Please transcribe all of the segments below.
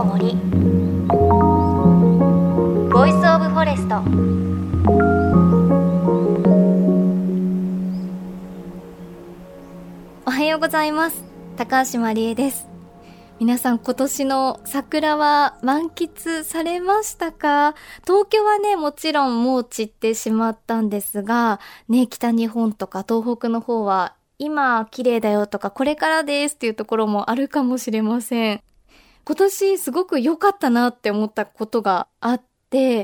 の森ボイスオブフォレスト。おはようございます。高橋まりえです。皆さん今年の桜は満喫されましたか？東京はね、もちろんもう散ってしまったんですがね、北日本とか東北の方は今綺麗だよとかこれからですっていうところもあるかもしれません。今年すごく良かったなって思ったことがあって、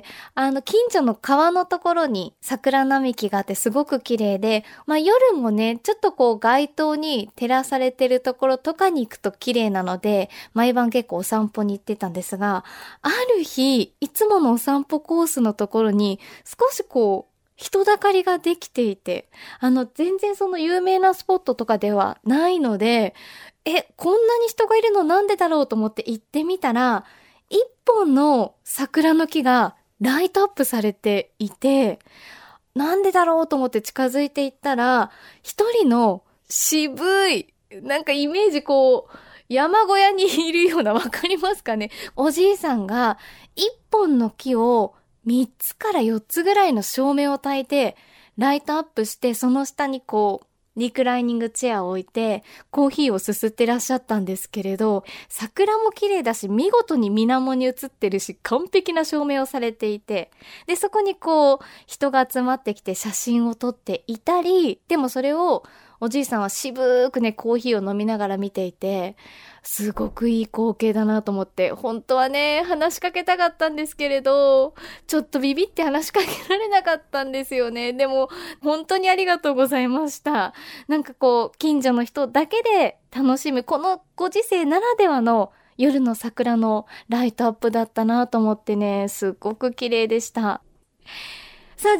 近所の川のところに桜並木があってすごく綺麗で、夜もね、ちょっとこう街灯に照らされてるところとかに行くと綺麗なので、毎晩結構お散歩に行ってたんですが、ある日、いつものお散歩コースのところに少しこう、人だかりができていて、全然その有名なスポットとかではないので、こんなに人がいるのなんでだろうと思って行ってみたら、一本の桜の木がライトアップされていて、なんでだろうと思って近づいていったら、一人の渋い、なんかイメージこう、山小屋にいるような、わかりますかね？おじいさんが一本の木を3つから4つぐらいの照明を焚いて、ライトアップして、その下にこう、リクライニングチェアを置いてコーヒーをすすってらっしゃったんですけれど、桜も綺麗だし見事に水面に映ってるし完璧な照明をされていて、でそこにこう人が集まってきて写真を撮っていたり、でもそれをおじいさんは渋くねコーヒーを飲みながら見ていて、すごくいい光景だなと思って、本当はね話しかけたかったんですけれど、ちょっとビビって話しかけられなかったんですよね。でも本当にありがとうございました。なんかこう近所の人だけで楽しむこのご時世ならではの夜の桜のライトアップだったなと思ってね、すっごく綺麗でした。さあ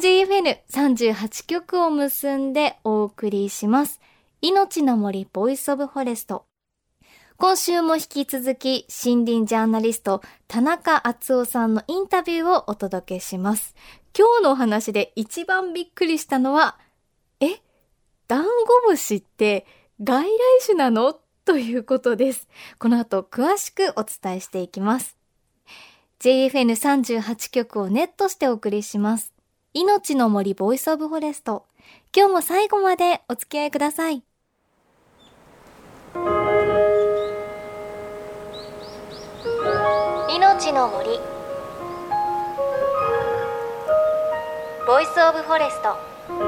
JFN38 曲を結んでお送りします。命の森ボイスオブフォレスト。今週も引き続き森林ジャーナリスト田中敦夫さんのインタビューをお届けします。今日のお話で一番びっくりしたのは、ダンゴムシって外来種なの？ということです。この後詳しくお伝えしていきます。JFN38 局をネットしてお送りします。命の森ボイスオブフォレスト。今日も最後までお付き合いください。命の森ボイスオブフォレスト。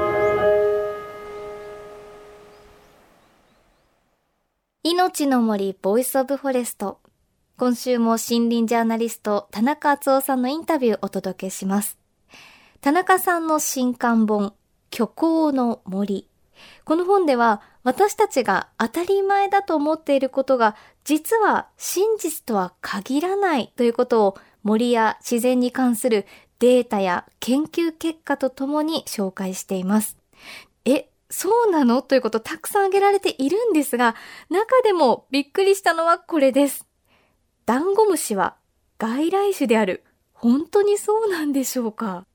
命の森ボイスオブフォレスト。今週も森林ジャーナリスト田中敦夫さんのインタビューをお届けします。田中さんの新刊本虚構の森。この本では私たちが当たり前だと思っていることが実は真実とは限らないということを、森や自然に関するデータや研究結果とともに紹介しています。そうなの？ということたくさん挙げられているんですが、中でもびっくりしたのはこれです。ダンゴムシは外来種である。本当にそうなんでしょうか？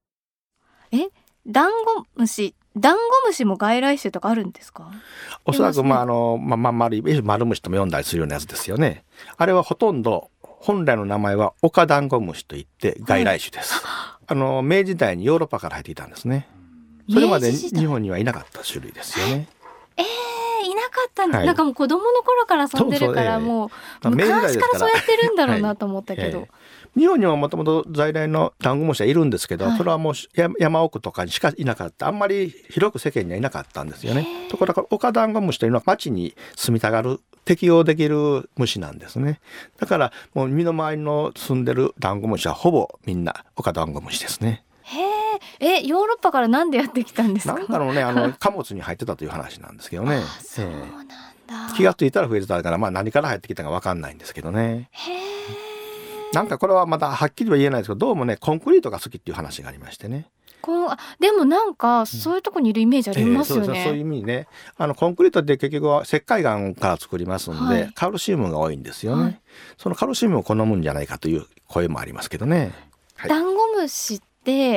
ダンゴムシも外来種とかあるんですか？ おそらく丸虫とも読んだりするようなやつですよね。あれはほとんど本来の名前はオカダンゴムシといって外来種です。明治時代にヨーロッパから入っていたんですね。それまで日本にはいなかった種類ですよね。 いなかったんです、なんかもう子供の頃から遊んでるからもう昔からそうやってるんだろうなと思ったけど、 日本にはもともと在来のダンゴムシはいるんですけど、それはもう山奥とかにしかいなかった。あんまり広く世間にはいなかったんですよね。ところがオカダンゴムシというのは町に住みたがる適応できる虫なんですね。だからもう身の回りの住んでるダンゴムシはほぼみんなオカダンゴムシですね。 ヨーロッパからなんでやってきたんですか？ なんだろうね、貨物に入ってたという話なんですけどね。 そうなんだ。 気がついたら増えてたから、何から入ってきたか分かんないんですけどね。なんかこれはまだはっきりは言えないですけど、どうもねコンクリートが好きっていう話がありましてね。 でもなんかそういうとこにいるイメージありますよね。 そういう意味にね、コンクリートって結局は石灰岩から作りますんで、カルシウムが多いんですよね。そのカルシウムを好むんじゃないかという声もありますけどね。 ダンゴムシって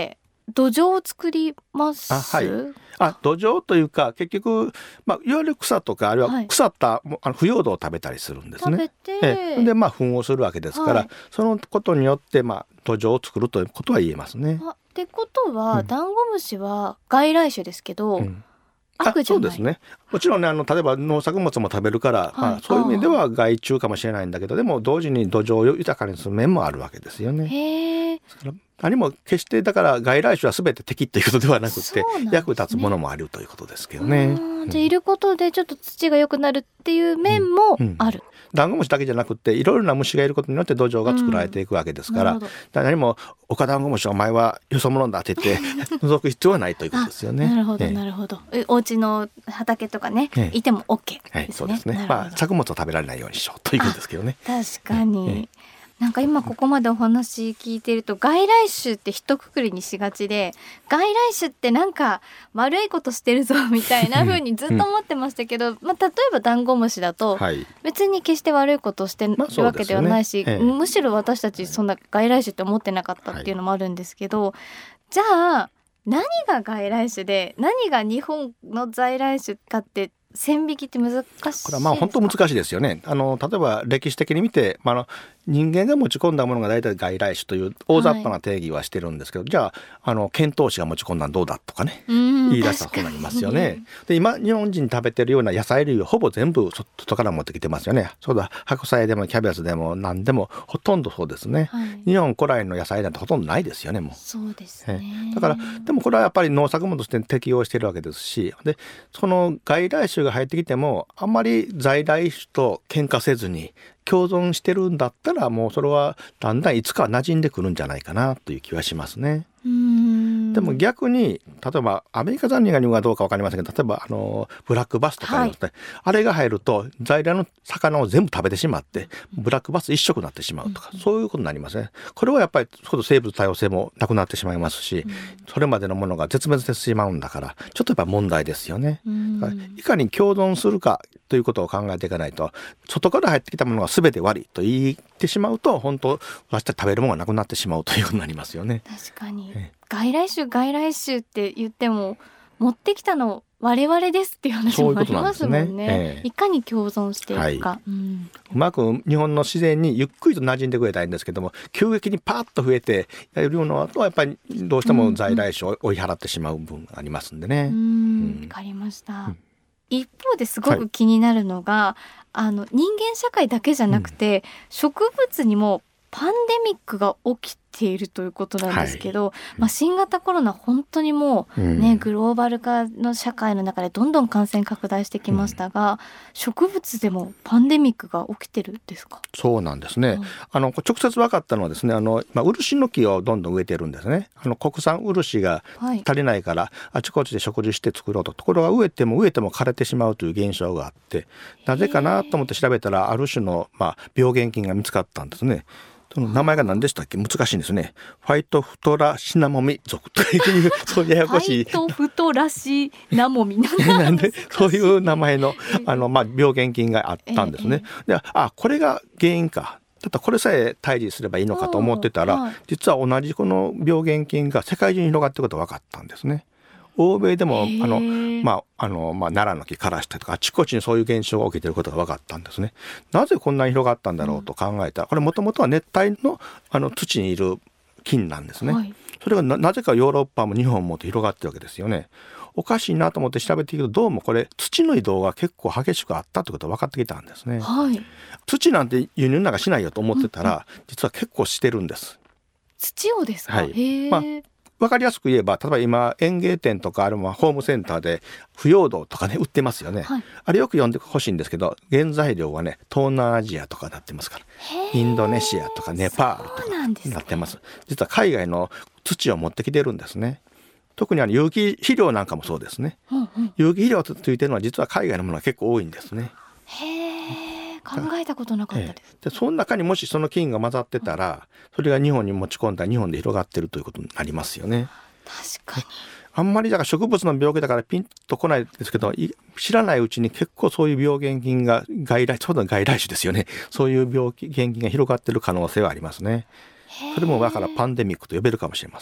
土壌を作ります？ はい、土壌というか結局、いわゆる草とかあるいは腐った、腐葉土を食べたりするんですね。 食べて、 で糞をするわけですから、そのことによって土壌を作るということは言えますね。 ってことは、ダンゴムシは外来種ですけど、悪じゃない？ そうですね。もちろんね、例えば農作物も食べるから、そういう意味では害虫かもしれないんだけど、でも同時に土壌を豊かにする面もあるわけですよね。 へー。 何も決してだから外来種は全て敵ということではなくて、役立つものもあるということですけどね。 じゃあいることでちょっと土が良くなるっていう面もある。 ダンゴムシだけじゃなくていろいろな虫がいることによって土壌が作られていくわけですから、何も岡ダンゴムシお前はよそ者だって言って除く必要はないということですよね。 なるほどなるほど。お家の畑とかね、いても OK ですね。 そうですね。作物を食べられないようにしようということですけどね。 確かに。なんか今ここまでお話聞いてると、外来種って一括りにしがちで、外来種ってなんか悪いことしてるぞみたいな風にずっと思ってましたけど、例えばダンゴムシだと別に決して悪いことをしてるわけではないし、むしろ私たちそんな外来種って思ってなかったっていうのもあるんですけど、じゃあ何が外来種で何が日本の在来種かって線引きって難しいですか？ これは本当難しいですよね。例えば歴史的に見て、人間が持ち込んだものが大体外来種という大雑把な定義はしてるんですけど、じゃあ遣唐使が持ち込んだのどうだとかね、言い出したことになりますよね。で今日本人食べてるような野菜類をほぼ全部外から持ってきてますよね。そうだ、白菜でもキャベツでも何でもほとんどそうですね。日本古来の野菜なんてほとんどないですよね。もうそうですね。 だからでもこれはやっぱり農作物として適応しているわけですし、でその外来種が入ってきてもあんまり在来種と喧嘩せずに共存してるんだったら、もうそれはだんだんいつかは馴染んでくるんじゃないかなという気はしますね。でも逆に例えばアメリカザリガニがどうか分かりませんけど、例えばブラックバスとかありますね、あれが入ると在来の魚を全部食べてしまってブラックバス一色になってしまうとか、そういうことになりますね。これはやっぱり生物多様性もなくなってしまいますし、それまでのものが絶滅してしまうんだから、ちょっとやっぱ問題ですよね。いかに共存するかということを考えていかないと、外から入ってきたものが全て悪いと言ってしまうと、本当私たち食べるものがなくなってしまうということになりますよね。 確かに、外来種って言っても持ってきたの我々ですっていう話もありますもんね。いかに共存していくか、 うまく日本の自然にゆっくりと馴染んでくれたいんですけども、急激にパーッと増えてやるのはやっぱりどうしても在来種を追い払ってしまう部分がありますんでね。 わかりました。一方ですごく気になるのが、人間社会だけじゃなくて、植物にもパンデミックが起きているということなんですけど、新型コロナ本当にもうね、グローバル化の社会の中でどんどん感染拡大してきましたが、植物でもパンデミックが起きてるんですか？ そうなんですね。直接分かったのはですね、漆の木をどんどん植えてるんですね。国産漆が足りないから、あちこちで植樹して作ろうと。ところが植えても枯れてしまうという現象があって、なぜかなと思って調べたら、ある種の病原菌が見つかったんですね。その名前が何でしたっけ？難しいんですね。ファイトフトラシナモミ属というそういうややこしいファイトフトラシナモミなんでそういう名前の病原菌があったんですね。で、これが原因か。だったらこれさえ退治すればいいのかと思ってたら、実は同じこの病原菌が世界中に広がっていることが分かったんですね。欧米でも奈良の木からしたとかあちこちにそういう現象が起きていることが分かったんですね。なぜこんなに広がったんだろうと考えたら、これもともとは熱帯の土にいる菌なんですね。それが なぜかヨーロッパも日本もと広がってるわけですよね。おかしいなと思って調べていくと、どうもこれ土の移動が結構激しくあったということが分かってきたんですね。土なんて輸入なんかしないよと思ってたら、実は結構してるんです。 土をですか？ 分かりやすく言えば、例えば今園芸店とかあるいはホームセンターで腐葉土とかね売ってますよね。あれよく読んでほしいんですけど、原材料はね東南アジアとかなってますから、インドネシアとかネパールとかなってます。実は海外の土を持ってきてるんですね。特に有機肥料なんかもそうですね。有機肥料とついてるのは実は海外のものが結構多いんですね。 考えたことなかったです。 でその中にもしその菌が混ざってたら、それが日本に持ち込んだら日本で広がってるということになりますよね。 確かに。 あんまりだから植物の病気だからピンとこないですけど、知らないうちに結構そういう病原菌が外来種ですよね。そういう病原菌が広がってる可能性はありますね。それもだからパンデミックと呼べるかもしれません。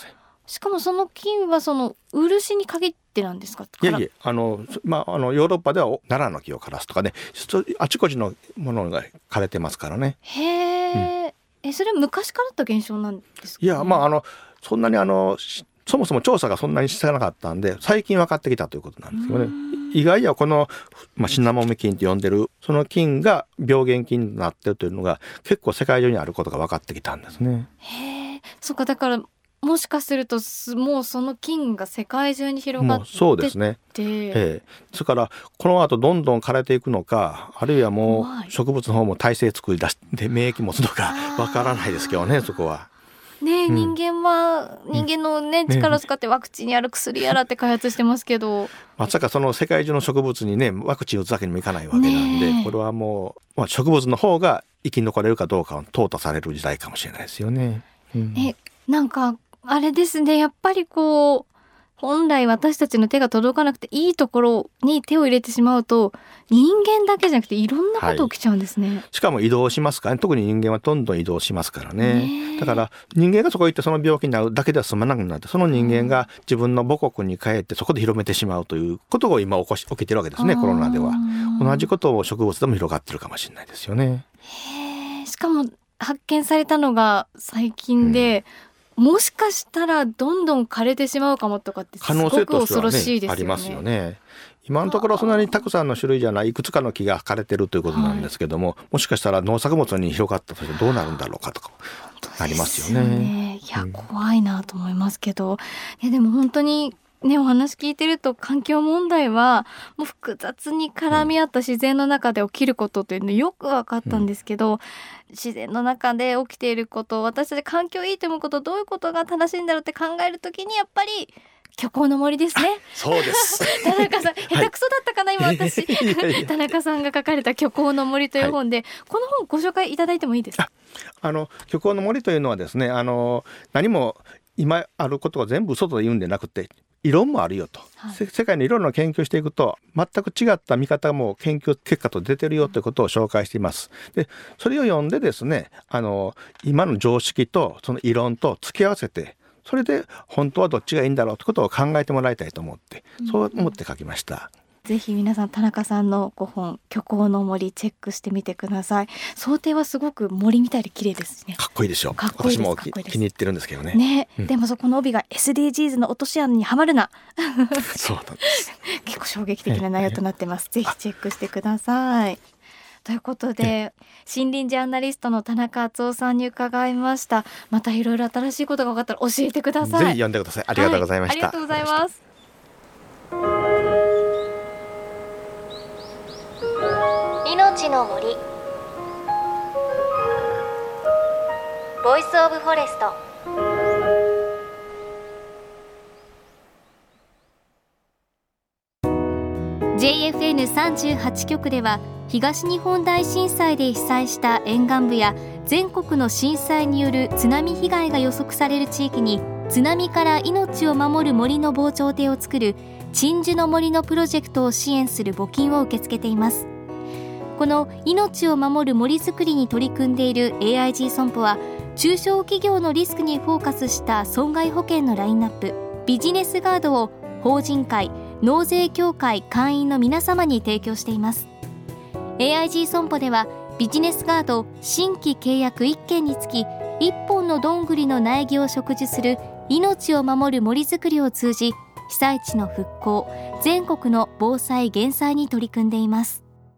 しかもその菌はその漆に限ってなんですか？ いやいや、ヨーロッパでは奈良の木を枯らすとかね、あちこちのものが枯れてますからね。 へえ、それは昔からあった現象なんですかね？ いや、そんなにそもそも調査がそんなにしてなかったんで、最近分かってきたということなんですよね。意外やこの、シナモミ菌って呼んでるその菌が病原菌になってるというのが結構世界中にあることが分かってきたんですね。 へえ、そうか、だからもしかするともうその菌が世界中に広がってて、 そうですね。それからこの後どんどん枯れていくのか、あるいはもう植物の方も耐性作り出して免疫持つのか分からないですけどね、そこは。 ね、人間のね、力を使ってワクチンやら薬やらって開発してますけど、 まさかその世界中の植物にねワクチン打つわけにもいかないわけなんで、これはもう、植物の方が生き残れるかどうかを淘汰される時代かもしれないですよね。 なんかあれですね、やっぱりこう本来私たちの手が届かなくていいところに手を入れてしまうと、人間だけじゃなくていろんなこと起きちゃうんですね。 しかも移動しますからね。特に人間はどんどん移動しますからね。だから人間がそこ行ってその病気になるだけでは済まなくなって、その人間が自分の母国に帰ってそこで広めてしまうということを今起きてるわけですね。コロナでは同じことを植物でも広がってるかもしれないですよね。 しかも発見されたのが最近で、もしかしたらどんどん枯れてしまうかもとかってすごく恐ろしいですよね。 ありますよね。今のところそんなにたくさんの種類じゃない、いくつかの木が枯れてるということなんですけども、もしかしたら農作物に広がったとしてどうなるんだろうかとかありますよね。 いや、怖いなと思いますけど、でも本当にね、お話聞いてると環境問題はもう複雑に絡み合った自然の中で起きることというのよく分かったんですけど、自然の中で起きていること、私たち環境いいと思うこと、どういうことが正しいんだろうって考えるときに、やっぱり虚構の森ですね。 そうです田中さん、下手くそだったかな、今私田中さんが書かれた虚構の森という本で、この本ご紹介いただいてもいいですか？ 虚構の森というのはですね、何も今あることが全部嘘と言うんでなくて、異論もあるよと、世界のいろいろな研究していくと全く違った見方も研究結果と出てるよということを紹介しています。でそれを読んでですね、今の常識とその異論と付き合わせて、それで本当はどっちがいいんだろうということを考えてもらいたいと思って、そう思って書きました。 ぜひ皆さん田中さんの5本虚構の森チェックしてみてください。想定はすごなん森みたいで綺麗ですね。 かっこいいでしょ。私も気に入ってるんですけどね。 でもそこの帯が SDGs の落とし穴にはまるなそうなんです結構衝撃的な内容となってます。ぜひチェックしてください。ということで、森林ジャーナリストの田中敦夫さんに伺いました。またいろいろ新しいことが分かったら教えてください。 ぜひ読んでください。ありがとうございました。 ありがとうございます。命の森、ボイスオブフォレスト。JFN38 局では東日本大震災で被災した沿岸部や全国の震災による津波被害が予測される地域に、津波から命を守る森の防潮堤を作る鎮守の森のプロジェクトを支援する募金を受け付けています。この命を守る森づくりに取り組んでいる AIG 損保は、中小企業のリスクにフォーカスした損害保険のラインナップ、ビジネスガードを法人会、納税協会会員の皆様に提供しています。 AIG 損保ではビジネスガード新規契約1件につき1本のどんぐりの苗木を植樹する命を守る森づくりを通じ、被災地の復興、全国の防災減災に取り組んでいます。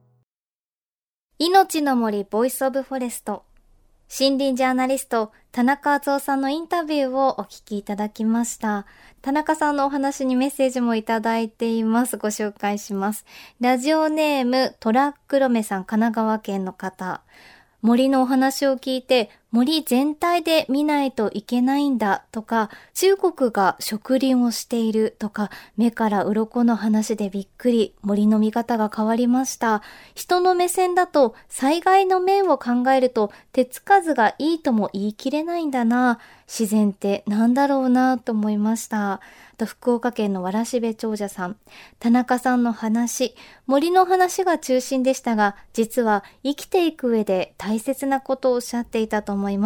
命の森ボイスオブフォレスト、森林ジャーナリスト田中敦夫さんのインタビューをお聞きいただきました。田中さんのお話にメッセージもいただいています。ご紹介します。ラジオネームトラックロメさん、神奈川県の方。森のお話を聞いて、森全体で見ないといけないんだとか、中国が植林をしているとか、目から鱗の話でびっくり、森の見方が変わりました。人の目線だと災害の面を考えると手つかずがいいとも言い切れないんだな。自然ってなんだろうなと思いました。福岡県のわらしべ長者さん、田中さんの話、森の話が中心でしたが、実は生きていく上で大切なことをおっしゃっていたと思います。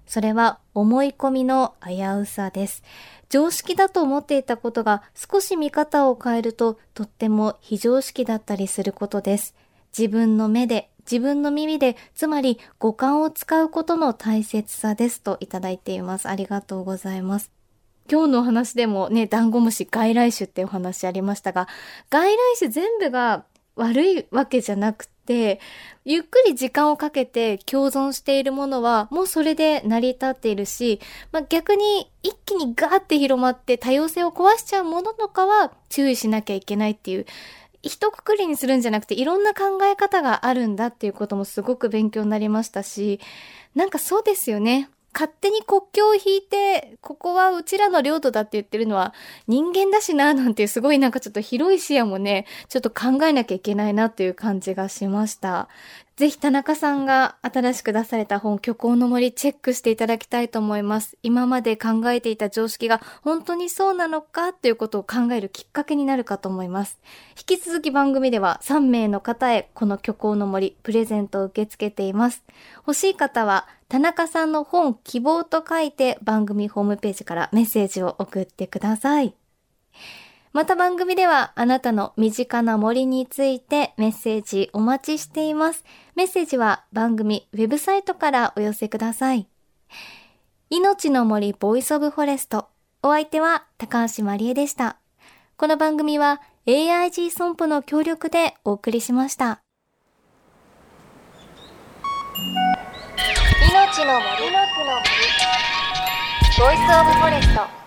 それは思い込みの危うさです。常識だと思っていたことが少し見方を変えるととっても非常識だったりすることです。自分の目で、自分の耳で、つまり五感を使うことの大切さですといただいています。ありがとうございます。今日のお話でもね、ダンゴムシ外来種ってお話ありましたが、外来種全部が悪いわけじゃなくて、ゆっくり時間をかけて共存しているものはもうそれで成り立っているし、逆に一気にガーって広まって多様性を壊しちゃうものとかは注意しなきゃいけないっていう、一括りにするんじゃなくていろんな考え方があるんだっていうこともすごく勉強になりましたし、なんかそうですよね。勝手に国境を引いて、ここはうちらの領土だって言ってるのは人間だしな、なんていうすごいなんかちょっと広い視野もね、ちょっと考えなきゃいけないなという感じがしました。ぜひ田中さんが新しく出された本、虚構の森チェックしていただきたいと思います。今まで考えていた常識が本当にそうなのかということを考えるきっかけになるかと思います。引き続き番組では3名の方へこの虚構の森プレゼントを受け付けています。欲しい方は田中さんの本希望と書いて番組ホームページからメッセージを送ってください。また番組ではあなたの身近な森についてメッセージお待ちしています。メッセージは番組ウェブサイトからお寄せください。命の森ボイスオブフォレスト。お相手は高橋まりえでした。この番組は AIG 損保の協力でお送りしました。命の森ボイスオブフォレスト。